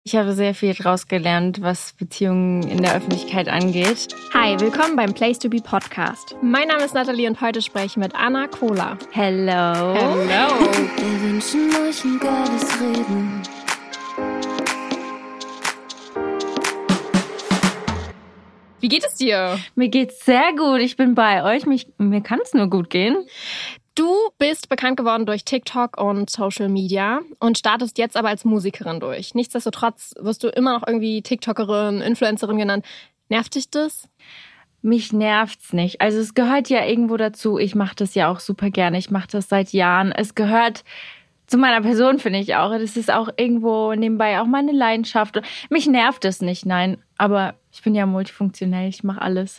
Ich habe sehr viel draus gelernt, was Beziehungen in der Öffentlichkeit angeht. Hi, willkommen beim Place to Be Podcast. Mein Name ist Nathalie und heute spreche ich mit Anna Kohler. Hello. Hello. Wir wünschen euch ein geiles Reden. Wie geht es dir? Mir geht's sehr gut. Ich bin bei euch. Mir kann es nur gut gehen. Du bist bekannt geworden durch TikTok und Social Media und startest jetzt aber als Musikerin durch. Nichtsdestotrotz wirst du immer noch irgendwie TikTokerin, Influencerin genannt. Nervt dich das? Mich nervt's nicht. Also es gehört ja irgendwo dazu. Ich mache das ja auch super gerne. Ich mache das seit Jahren. Es gehört zu meiner Person, finde ich auch. Das ist auch irgendwo nebenbei auch meine Leidenschaft. Mich nervt es nicht, nein. Aber ich bin ja multifunktionell. Ich mache alles.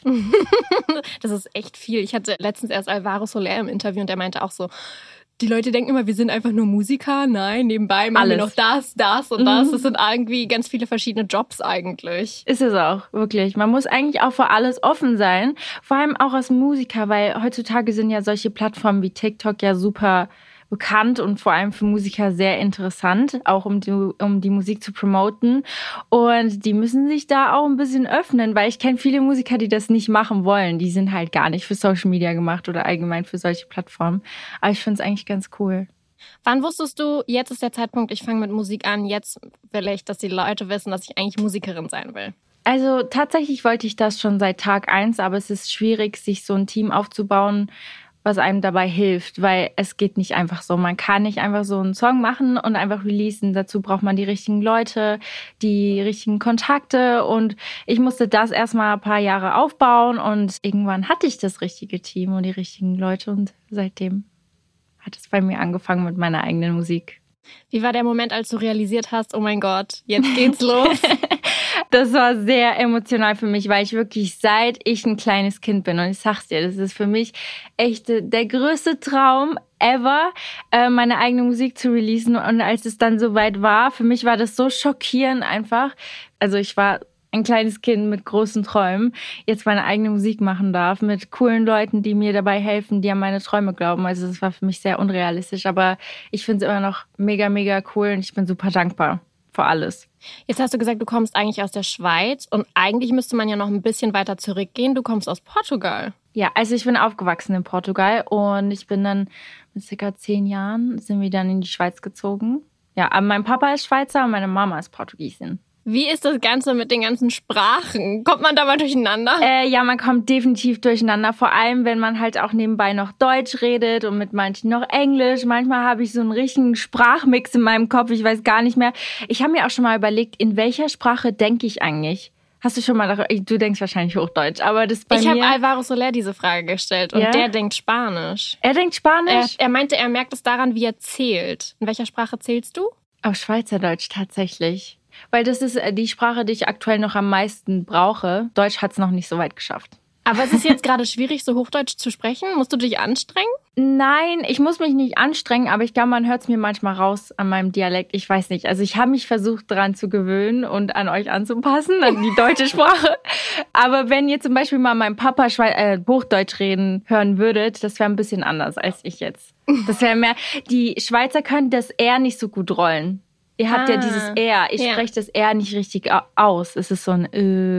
Das ist echt viel. Ich hatte letztens erst Alvaro Soler im Interview und der meinte auch so, die Leute denken immer, wir sind einfach nur Musiker. Nein, nebenbei machen wir noch das und das. Das sind irgendwie ganz viele verschiedene Jobs eigentlich. Ist es auch, wirklich. Man muss eigentlich auch für alles offen sein. Vor allem auch als Musiker, weil heutzutage sind ja solche Plattformen wie TikTok ja super bekannt und vor allem für Musiker sehr interessant, auch um die Musik zu promoten. Und die müssen sich da auch ein bisschen öffnen, weil ich kenne viele Musiker, die das nicht machen wollen. Die sind halt gar nicht für Social Media gemacht oder allgemein für solche Plattformen. Aber ich finde es eigentlich ganz cool. Wann wusstest du, jetzt ist der Zeitpunkt, ich fange mit Musik an, jetzt will ich, dass die Leute wissen, dass ich eigentlich Musikerin sein will? Also tatsächlich wollte ich das schon seit Tag 1, aber es ist schwierig, sich so ein Team aufzubauen, was einem dabei hilft, weil es geht nicht einfach so. Man kann nicht einfach so einen Song machen und einfach releasen. Dazu braucht man die richtigen Leute, die richtigen Kontakte und ich musste das erstmal ein paar Jahre aufbauen und irgendwann hatte ich das richtige Team und die richtigen Leute und seitdem hat es bei mir angefangen mit meiner eigenen Musik. Wie war der Moment, als du realisiert hast, oh mein Gott, jetzt geht's los? Das war sehr emotional für mich, weil ich wirklich seit ich ein kleines Kind bin und ich sag's dir, das ist für mich echt der größte Traum ever, meine eigene Musik zu releasen und als es dann soweit war, für mich war das so schockierend einfach. Also ich war ein kleines Kind mit großen Träumen, jetzt meine eigene Musik machen darf, mit coolen Leuten, die mir dabei helfen, die an meine Träume glauben. Also das war für mich sehr unrealistisch, aber ich finde es immer noch mega, mega cool und ich bin super dankbar für alles. Jetzt hast du gesagt, du kommst eigentlich aus der Schweiz und eigentlich müsste man ja noch ein bisschen weiter zurückgehen. Du kommst aus Portugal. Ja, also ich bin aufgewachsen in Portugal und ich bin dann mit circa 10 Jahren sind wir dann in die Schweiz gezogen. Ja, aber mein Papa ist Schweizer und meine Mama ist Portugiesin. Wie ist das Ganze mit den ganzen Sprachen? Kommt man da mal durcheinander? Ja, man kommt definitiv durcheinander. Vor allem, wenn man halt auch nebenbei noch Deutsch redet und mit manchen noch Englisch. Manchmal habe ich so einen richtigen Sprachmix in meinem Kopf. Ich weiß gar nicht mehr. Ich habe mir auch schon mal überlegt, in welcher Sprache denke ich eigentlich? Hast du schon mal, du denkst wahrscheinlich Hochdeutsch, aber das bei mir... Ich habe Alvaro Soler diese Frage gestellt und der denkt Spanisch. Er denkt Spanisch? Er meinte, er merkt es daran, wie er zählt. In welcher Sprache zählst du? Auf Schweizerdeutsch tatsächlich. Weil das ist die Sprache, die ich aktuell noch am meisten brauche. Deutsch hat es noch nicht so weit geschafft. Aber es ist jetzt gerade schwierig, so Hochdeutsch zu sprechen. Musst du dich anstrengen? Nein, ich muss mich nicht anstrengen, aber ich glaube, man hört es mir manchmal raus an meinem Dialekt. Ich weiß nicht. Also ich habe mich versucht, daran zu gewöhnen und an euch anzupassen, an die deutsche Sprache. Aber wenn ihr zum Beispiel mal meinen Papa Hochdeutsch reden hören würdet, das wäre ein bisschen anders als ich jetzt. Das wäre mehr, die Schweizer können das R nicht so gut rollen. Ihr habt ja dieses R. Ich spreche das R nicht richtig aus. Es ist so ein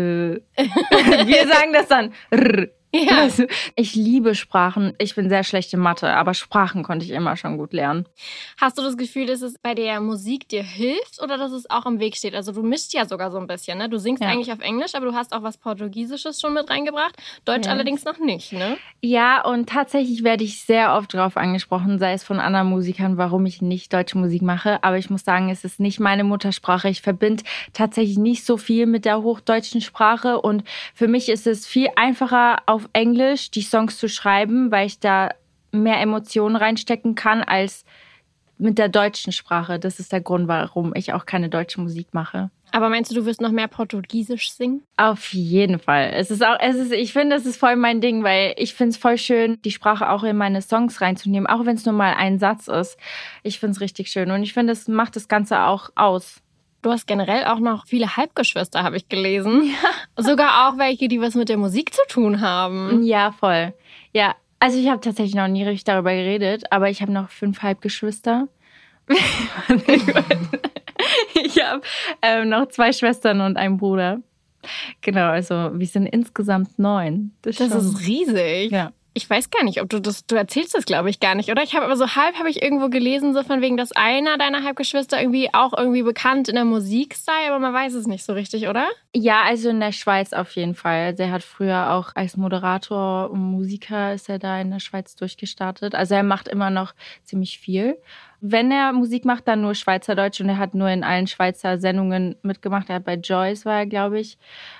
Wir sagen das dann R. Ja. Also, ich liebe Sprachen. Ich bin sehr schlecht in Mathe, aber Sprachen konnte ich immer schon gut lernen. Hast du das Gefühl, dass es bei der Musik dir hilft oder dass es auch im Weg steht? Also du mischst ja sogar so ein bisschen, ne? Du singst eigentlich auf Englisch, aber du hast auch was Portugiesisches schon mit reingebracht. Deutsch allerdings noch nicht, ne? Ja, und tatsächlich werde ich sehr oft darauf angesprochen, sei es von anderen Musikern, warum ich nicht deutsche Musik mache. Aber ich muss sagen, es ist nicht meine Muttersprache. Ich verbinde tatsächlich nicht so viel mit der hochdeutschen Sprache und für mich ist es viel einfacher, auf Englisch die Songs zu schreiben, weil ich da mehr Emotionen reinstecken kann als mit der deutschen Sprache. Das ist der Grund, warum ich auch keine deutsche Musik mache. Aber meinst du wirst noch mehr Portugiesisch singen? Auf jeden Fall. Ich finde, das ist voll mein Ding, weil ich finde es voll schön, die Sprache auch in meine Songs reinzunehmen, auch wenn es nur mal ein Satz ist. Ich finde es richtig schön und ich finde, es macht das Ganze auch aus. Du hast generell auch noch viele Halbgeschwister, habe ich gelesen. Ja. Sogar auch welche, die was mit der Musik zu tun haben. Ja, voll. Ja, also ich habe tatsächlich noch nie richtig darüber geredet, aber ich habe noch 5 Halbgeschwister. Ich habe noch 2 Schwestern und einen Bruder. Genau, also wir sind insgesamt 9. Das ist riesig. Ja. Ich weiß gar nicht, ob du erzählst das, glaube ich, gar nicht, oder? Ich habe aber so halb irgendwo gelesen, so von wegen, dass einer deiner Halbgeschwister auch irgendwie bekannt in der Musik sei, aber man weiß es nicht so richtig, oder? Ja, also in der Schweiz auf jeden Fall. Der hat früher auch als Moderator und Musiker ist er da in der Schweiz durchgestartet. Also er macht immer noch ziemlich viel. Wenn er Musik macht, dann nur Schweizerdeutsch und er hat nur in allen Schweizer Sendungen mitgemacht. Er hat bei Joyce war er, glaube ich.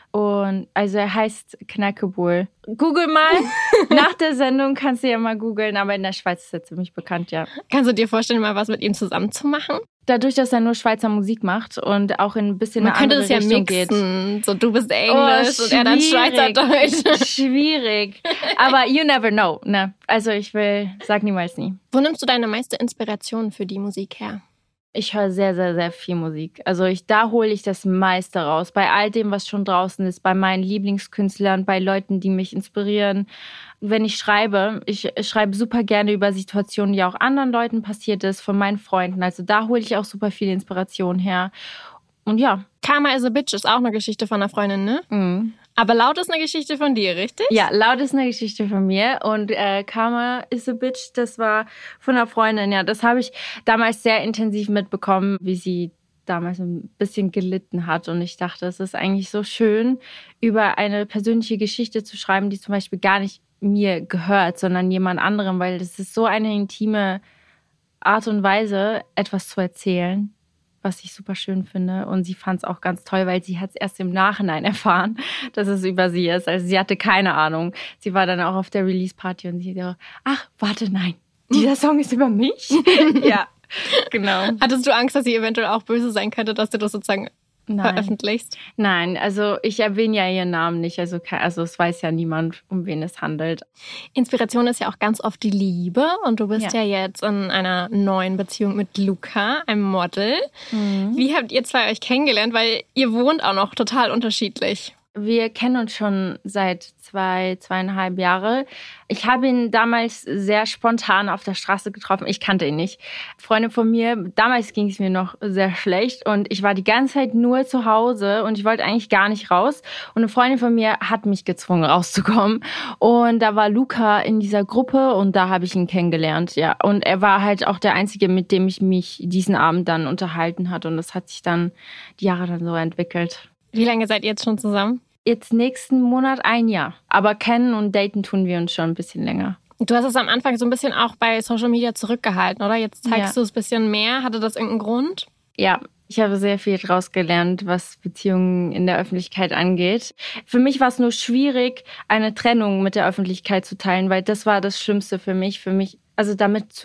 Und also er heißt Knackebull. Google mal. Nach der Sendung kannst du ja mal googeln, aber in der Schweiz ist er ziemlich bekannt, ja. Kannst du dir vorstellen, mal was mit ihm zusammen zu machen? Dadurch, dass er nur Schweizer Musik macht und auch in ein bisschen eine andere Richtung geht. Man könnte es ja mixen. So, du bist Englisch und er dann Schweizerdeutsch. Schwierig. Aber you never know, ne? Also sag niemals nie. Wo nimmst du deine meiste Inspiration für die Musik her? Ich höre sehr, sehr, sehr viel Musik. Also da hole ich das meiste raus. Bei all dem, was schon draußen ist, bei meinen Lieblingskünstlern, bei Leuten, die mich inspirieren. Wenn ich schreibe super gerne über Situationen, die auch anderen Leuten passiert ist, von meinen Freunden. Also da hole ich auch super viel Inspiration her. Und ja. Karma is a Bitch ist auch eine Geschichte von einer Freundin, ne? Mhm. Aber Laut ist eine Geschichte von dir, richtig? Ja, Laut ist eine Geschichte von mir und Karma is a Bitch, das war von einer Freundin. Ja, das habe ich damals sehr intensiv mitbekommen, wie sie damals ein bisschen gelitten hat. Und ich dachte, es ist eigentlich so schön, über eine persönliche Geschichte zu schreiben, die zum Beispiel gar nicht mir gehört, sondern jemand anderem, weil das ist so eine intime Art und Weise, etwas zu erzählen, was ich super schön finde. Und sie fand es auch ganz toll, weil sie hat es erst im Nachhinein erfahren, dass es über sie ist. Also sie hatte keine Ahnung. Sie war dann auch auf der Release-Party und sie so, ach, warte, nein, dieser Song ist über mich? Ja, genau. Hattest du Angst, dass sie eventuell auch böse sein könnte, dass du das sozusagen veröffentlichst? Nein, also ich erwähne ja ihren Namen nicht. Also es weiß ja niemand, um wen es handelt. Inspiration ist ja auch ganz oft die Liebe. Und du bist ja jetzt in einer neuen Beziehung mit Luca, einem Model. Mhm. Wie habt ihr zwei euch kennengelernt? Weil ihr wohnt auch noch total unterschiedlich. Wir kennen uns schon seit 2,5 Jahre. Ich habe ihn damals sehr spontan auf der Straße getroffen. Ich kannte ihn nicht. Freunde von mir, damals ging es mir noch sehr schlecht und ich war die ganze Zeit nur zu Hause und ich wollte eigentlich gar nicht raus. Und eine Freundin von mir hat mich gezwungen, rauszukommen. Und da war Luca in dieser Gruppe und da habe ich ihn kennengelernt. Ja, und er war halt auch der Einzige, mit dem ich mich diesen Abend dann unterhalten hat. Und das hat sich dann die Jahre dann so entwickelt. Wie lange seid ihr jetzt schon zusammen? Jetzt nächsten Monat 1 Jahr. Aber kennen und daten tun wir uns schon ein bisschen länger. Du hast es am Anfang so ein bisschen auch bei Social Media zurückgehalten, oder? Jetzt zeigst du es ein bisschen mehr. Hatte das irgendeinen Grund? Ja, ich habe sehr viel draus gelernt, was Beziehungen in der Öffentlichkeit angeht. Für mich war es nur schwierig, eine Trennung mit der Öffentlichkeit zu teilen, weil das war das Schlimmste für mich, also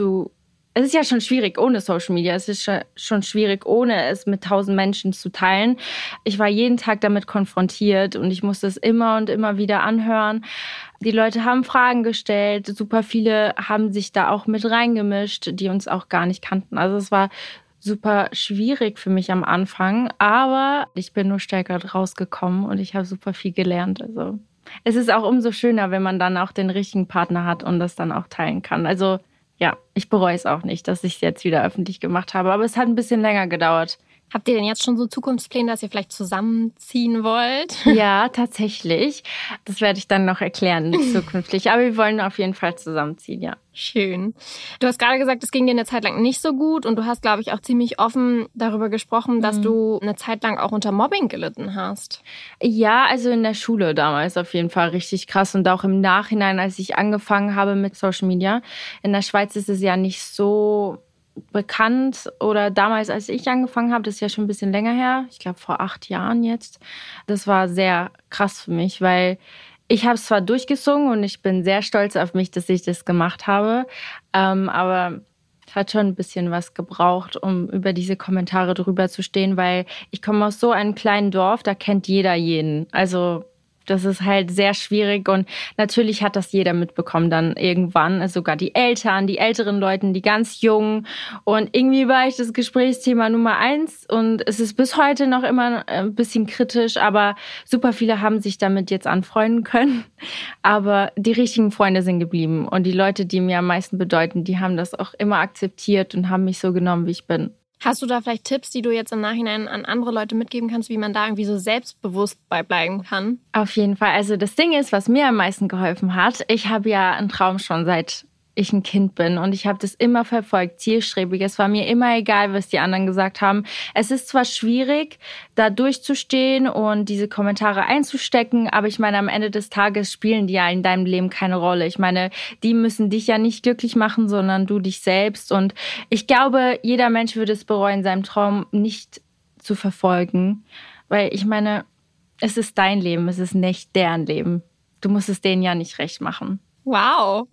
es ist ja schon schwierig ohne Social Media. Es ist schon schwierig, ohne es mit 1000 Menschen zu teilen. Ich war jeden Tag damit konfrontiert und ich musste es immer und immer wieder anhören. Die Leute haben Fragen gestellt. Super viele haben sich da auch mit reingemischt, die uns auch gar nicht kannten. Also es war super schwierig für mich am Anfang. Aber ich bin nur stärker rausgekommen und ich habe super viel gelernt. Also es ist auch umso schöner, wenn man dann auch den richtigen Partner hat und das dann auch teilen kann. Also ja, ich bereue es auch nicht, dass ich es jetzt wieder öffentlich gemacht habe. Aber es hat ein bisschen länger gedauert. Habt ihr denn jetzt schon so Zukunftspläne, dass ihr vielleicht zusammenziehen wollt? Ja, tatsächlich. Das werde ich dann noch erklären zukünftig. Aber wir wollen auf jeden Fall zusammenziehen, ja. Schön. Du hast gerade gesagt, es ging dir eine Zeit lang nicht so gut. Und du hast, glaube ich, auch ziemlich offen darüber gesprochen, dass du eine Zeit lang auch unter Mobbing gelitten hast. Ja, also in der Schule damals auf jeden Fall richtig krass. Und auch im Nachhinein, als ich angefangen habe mit Social Media. In der Schweiz ist es ja nicht so bekannt, oder damals, als ich angefangen habe, das ist ja schon ein bisschen länger her, ich glaube vor 8 Jahren jetzt. Das war sehr krass für mich, weil ich habe es zwar durchgesungen und ich bin sehr stolz auf mich, dass ich das gemacht habe, aber es hat schon ein bisschen was gebraucht, um über diese Kommentare drüber zu stehen, weil ich komme aus so einem kleinen Dorf, da kennt jeder jeden. Also das ist halt sehr schwierig und natürlich hat das jeder mitbekommen dann irgendwann, also sogar die Eltern, die älteren Leute, die ganz jungen, und irgendwie war ich das Gesprächsthema Nummer 1 und es ist bis heute noch immer ein bisschen kritisch, aber super viele haben sich damit jetzt anfreunden können, aber die richtigen Freunde sind geblieben und die Leute, die mir am meisten bedeuten, die haben das auch immer akzeptiert und haben mich so genommen, wie ich bin. Hast du da vielleicht Tipps, die du jetzt im Nachhinein an andere Leute mitgeben kannst, wie man da irgendwie so selbstbewusst bleiben kann? Auf jeden Fall. Also das Ding ist, was mir am meisten geholfen hat, ich habe ja einen Traum schon seit ich ein Kind bin und ich habe das immer verfolgt, zielstrebig. Es war mir immer egal, was die anderen gesagt haben. Es ist zwar schwierig, da durchzustehen und diese Kommentare einzustecken, aber ich meine, am Ende des Tages spielen die ja in deinem Leben keine Rolle. Ich meine, die müssen dich ja nicht glücklich machen, sondern du dich selbst. Und ich glaube, jeder Mensch würde es bereuen, seinem Traum nicht zu verfolgen, weil ich meine, es ist dein Leben, es ist nicht deren Leben. Du musst es denen ja nicht recht machen. Wow.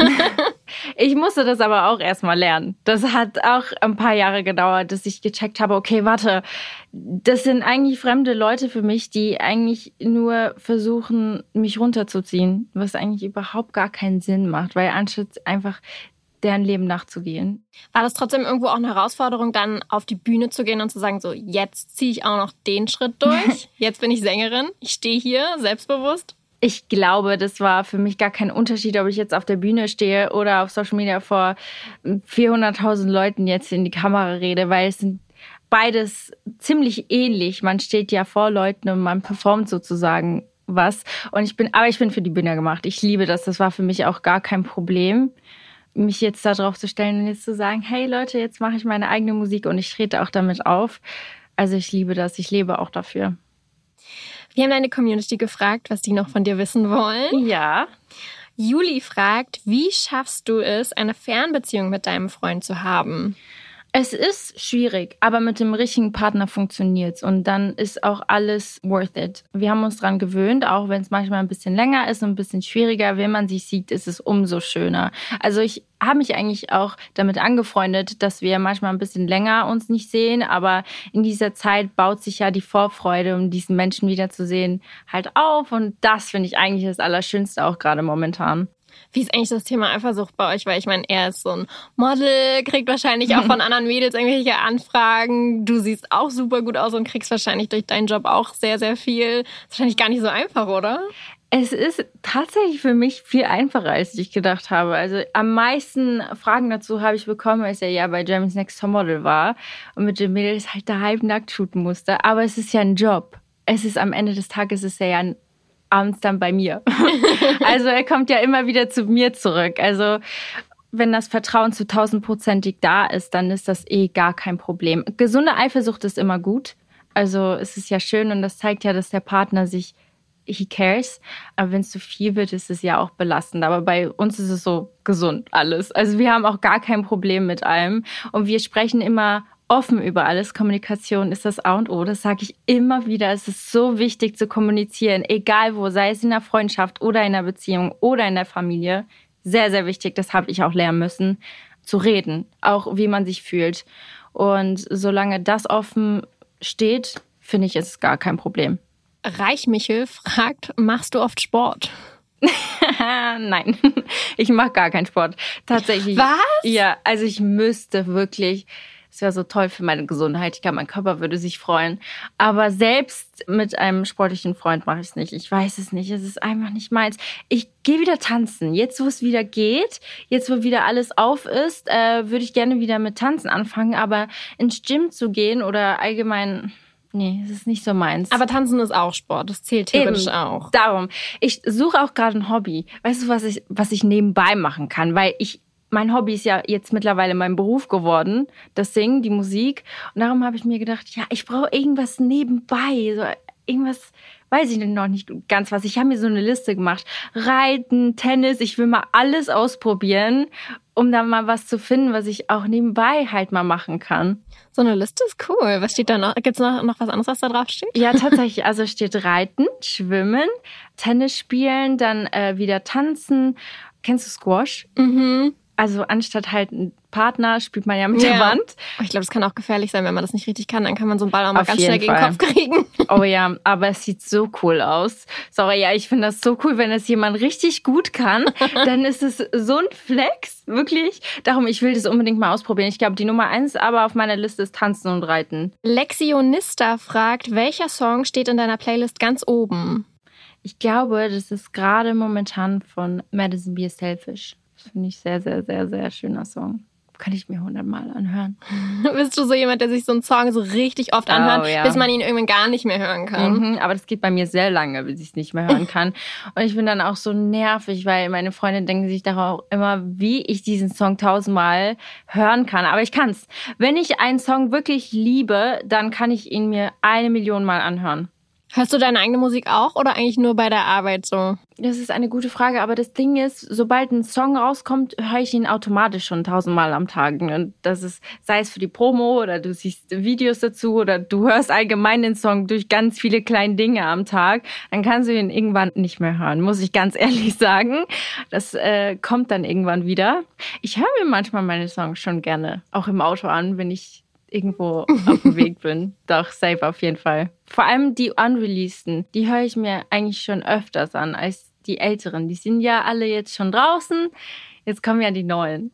Ich musste das aber auch erstmal lernen. Das hat auch ein paar Jahre gedauert, dass ich gecheckt habe, okay, warte, das sind eigentlich fremde Leute für mich, die eigentlich nur versuchen, mich runterzuziehen, was eigentlich überhaupt gar keinen Sinn macht, weil anstatt einfach deren Leben nachzugehen. War das trotzdem irgendwo auch eine Herausforderung, dann auf die Bühne zu gehen und zu sagen, so, jetzt ziehe ich auch noch den Schritt durch, jetzt bin ich Sängerin, ich stehe hier, selbstbewusst? Ich glaube, das war für mich gar kein Unterschied, ob ich jetzt auf der Bühne stehe oder auf Social Media vor 400.000 Leuten jetzt in die Kamera rede, weil es sind beides ziemlich ähnlich. Man steht ja vor Leuten und man performt sozusagen was. Und ich bin für die Bühne gemacht. Ich liebe das. Das war für mich auch gar kein Problem, mich jetzt da drauf zu stellen und jetzt zu sagen, hey Leute, jetzt mache ich meine eigene Musik und ich trete auch damit auf. Also ich liebe das. Ich lebe auch dafür. Wir haben deine Community gefragt, was die noch von dir wissen wollen. Ja. Juli fragt, wie schaffst du es, eine Fernbeziehung mit deinem Freund zu haben? Es ist schwierig, aber mit dem richtigen Partner funktioniert's und dann ist auch alles worth it. Wir haben uns dran gewöhnt, auch wenn es manchmal ein bisschen länger ist und ein bisschen schwieriger. Wenn man sich sieht, ist es umso schöner. Also ich habe mich eigentlich auch damit angefreundet, dass wir manchmal ein bisschen länger uns nicht sehen, aber in dieser Zeit baut sich ja die Vorfreude, um diesen Menschen wiederzusehen, halt auf und das finde ich eigentlich das Allerschönste auch gerade momentan. Wie ist eigentlich das Thema Eifersucht bei euch? Weil ich meine, er ist so ein Model, kriegt wahrscheinlich auch von anderen Mädels irgendwelche Anfragen. Du siehst auch super gut aus und kriegst wahrscheinlich durch deinen Job auch sehr, sehr viel. Ist wahrscheinlich gar nicht so einfach, oder? Es ist tatsächlich für mich viel einfacher, als ich gedacht habe. Also am meisten Fragen dazu habe ich bekommen, als er ja bei Germany's Next Topmodel war und mit den Mädels halt da halbnackt shooten musste. Aber es ist ja ein Job. Es ist am Ende des Tages ist er ja abends dann bei mir. Also er kommt ja immer wieder zu mir zurück. Also wenn das Vertrauen zu 1000%ig da ist, dann ist das gar kein Problem. Gesunde Eifersucht ist immer gut. Also es ist ja schön und das zeigt ja, dass der Partner he cares. Aber wenn es zu viel wird, ist es ja auch belastend. Aber bei uns ist es so gesund alles. Also wir haben auch gar kein Problem mit allem. Und wir sprechen immer offen über alles. Kommunikation ist das A und O. Das sage ich immer wieder. Es ist so wichtig zu kommunizieren, egal wo, sei es in der Freundschaft oder in der Beziehung oder in der Familie. Sehr, sehr wichtig, das habe ich auch lernen müssen, zu reden, auch wie man sich fühlt. Und solange das offen steht, finde ich, ist es gar kein Problem. Reichmichel fragt, machst du oft Sport? Nein, ich mache gar keinen Sport. Tatsächlich. Was? Ja, also ich müsste wirklich. Es wäre so toll für meine Gesundheit. Ich glaube, mein Körper würde sich freuen. Aber selbst mit einem sportlichen Freund mache ich es nicht. Ich weiß es nicht. Es ist einfach nicht meins. Ich gehe wieder tanzen. Jetzt, wo es wieder geht, jetzt, wo wieder alles auf ist, würde ich gerne wieder mit Tanzen anfangen. Aber ins Gym zu gehen oder allgemein, nee, es ist nicht so meins. Aber Tanzen ist auch Sport. Das zählt theoretisch Eben, auch. Darum. Ich suche auch gerade ein Hobby. Weißt du, was ich nebenbei machen kann? Weil mein Hobby ist ja jetzt mittlerweile mein Beruf geworden, das Singen, die Musik. Und darum habe ich mir gedacht, ja, ich brauche irgendwas nebenbei, so irgendwas, weiß ich noch nicht ganz was. Ich habe mir so eine Liste gemacht. Reiten, Tennis, ich will mal alles ausprobieren, um dann mal was zu finden, was ich auch nebenbei halt mal machen kann. So eine Liste ist cool. Was steht da noch? Gibt es noch was anderes, was da drauf steht? Ja, tatsächlich. Also steht Reiten, Schwimmen, Tennis spielen, dann wieder tanzen. Kennst du Squash? Mhm. Also anstatt halt ein Partner spielt man ja mit der Wand. Ich glaube, das kann auch gefährlich sein, wenn man das nicht richtig kann. Dann kann man so einen Ball auch mal ganz schnell gegen den Kopf kriegen. Oh ja, aber es sieht so cool aus. Sorry, ja, ich finde das so cool, wenn es jemand richtig gut kann. Dann ist es so ein Flex, wirklich. Darum, ich will das unbedingt mal ausprobieren. Ich glaube, die Nummer 1 aber auf meiner Liste ist Tanzen und Reiten. Lexionista fragt, welcher Song steht in deiner Playlist ganz oben? Ich glaube, das ist gerade momentan von Madison Beer Selfish. Das finde ich sehr, sehr, sehr, sehr schöner Song. kann ich mir 100-mal anhören. Bist du so jemand, der sich so einen Song so richtig oft anhört, bis man ihn irgendwann gar nicht mehr hören kann? Aber das geht bei mir sehr lange, bis ich es nicht mehr hören kann. Und ich bin dann auch so nervig, weil meine Freunde denken sich darauf immer, wie ich diesen Song 1000-mal hören kann. Aber ich kann's. Wenn ich einen Song wirklich liebe, dann kann ich ihn mir 1 Million Mal anhören. Hörst du deine eigene Musik auch oder eigentlich nur bei der Arbeit so? Das ist eine gute Frage, aber das Ding ist, sobald ein Song rauskommt, höre ich ihn automatisch schon 1000-mal am Tag. Und das ist, sei es für die Promo oder du siehst Videos dazu oder du hörst allgemein den Song durch ganz viele kleine Dinge am Tag, dann kannst du ihn irgendwann nicht mehr hören, muss ich ganz ehrlich sagen. Das kommt dann irgendwann wieder. Ich höre mir manchmal meine Songs schon gerne auch im Auto an, wenn ich irgendwo auf dem Weg bin. Doch, safe auf jeden Fall. Vor allem die Unreleaseden, die höre ich mir eigentlich schon öfters an als die älteren. Die sind ja alle jetzt schon draußen. Jetzt kommen ja die neuen.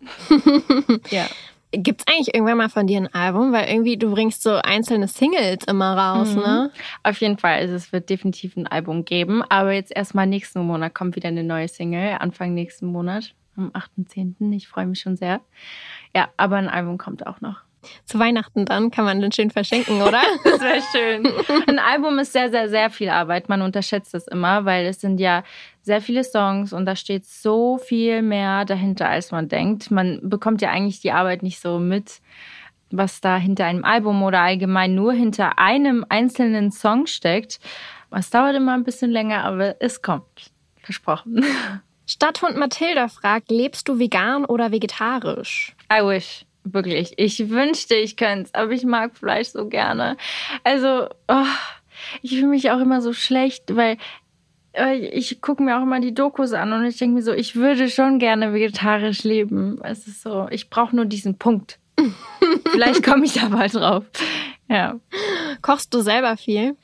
Ja. Gibt's eigentlich irgendwann mal von dir ein Album? Weil irgendwie du bringst so einzelne Singles immer raus, ne? Auf jeden Fall. Also es wird definitiv ein Album geben. Aber jetzt erstmal nächsten Monat kommt wieder eine neue Single. Anfang nächsten Monat, am 8.10. Ich freue mich schon sehr. Ja, aber ein Album kommt auch noch. Zu Weihnachten dann kann man den schön verschenken, oder? Das wäre schön. Ein Album ist sehr, sehr, sehr viel Arbeit. Man unterschätzt das immer, weil es sind ja sehr viele Songs und da steht so viel mehr dahinter, als man denkt. Man bekommt ja eigentlich die Arbeit nicht so mit, was da hinter einem Album oder allgemein nur hinter einem einzelnen Song steckt. Es dauert immer ein bisschen länger, aber es kommt. Versprochen. Stadthund Mathilda fragt, lebst du vegan oder vegetarisch? I wish. Wirklich. Ich wünschte, ich könnte es, aber ich mag Fleisch so gerne. Also, ich fühle mich auch immer so schlecht, weil ich gucke mir auch immer die Dokus an und ich denke mir so, ich würde schon gerne vegetarisch leben. Es ist so, ich brauche nur diesen Punkt. Vielleicht komme ich da bald drauf. Ja. Kochst du selber viel?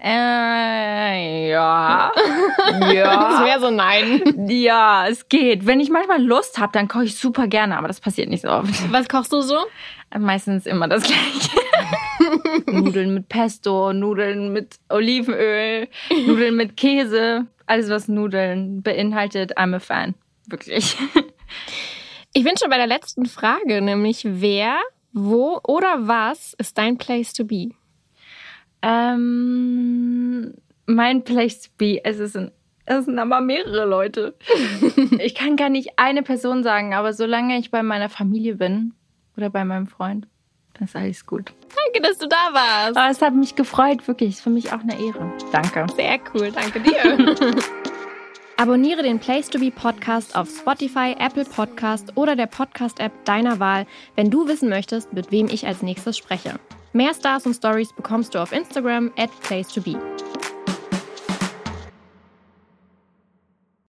Ja. Das wäre so nein. Ja, es geht. Wenn ich manchmal Lust habe, dann koche ich super gerne, aber das passiert nicht so oft. Was kochst du so? Meistens immer das Gleiche. Nudeln mit Pesto, Nudeln mit Olivenöl, Nudeln mit Käse. Alles, was Nudeln beinhaltet, I'm a fan. Wirklich. Ich bin schon bei der letzten Frage, nämlich wer, wo oder was ist dein Place to be? Mein Place to be, es sind aber mehrere Leute. Ich kann gar nicht eine Person sagen, aber solange ich bei meiner Familie bin oder bei meinem Freund, dann ist alles gut. Danke, dass du da warst. Aber es hat mich gefreut, wirklich. Ist für mich auch eine Ehre. Danke. Sehr cool, danke dir. Abonniere den Place to Be Podcast auf Spotify, Apple Podcast oder der Podcast-App deiner Wahl, wenn du wissen möchtest, mit wem ich als nächstes spreche. Mehr Stars und Stories bekommst du auf Instagram @placetobe.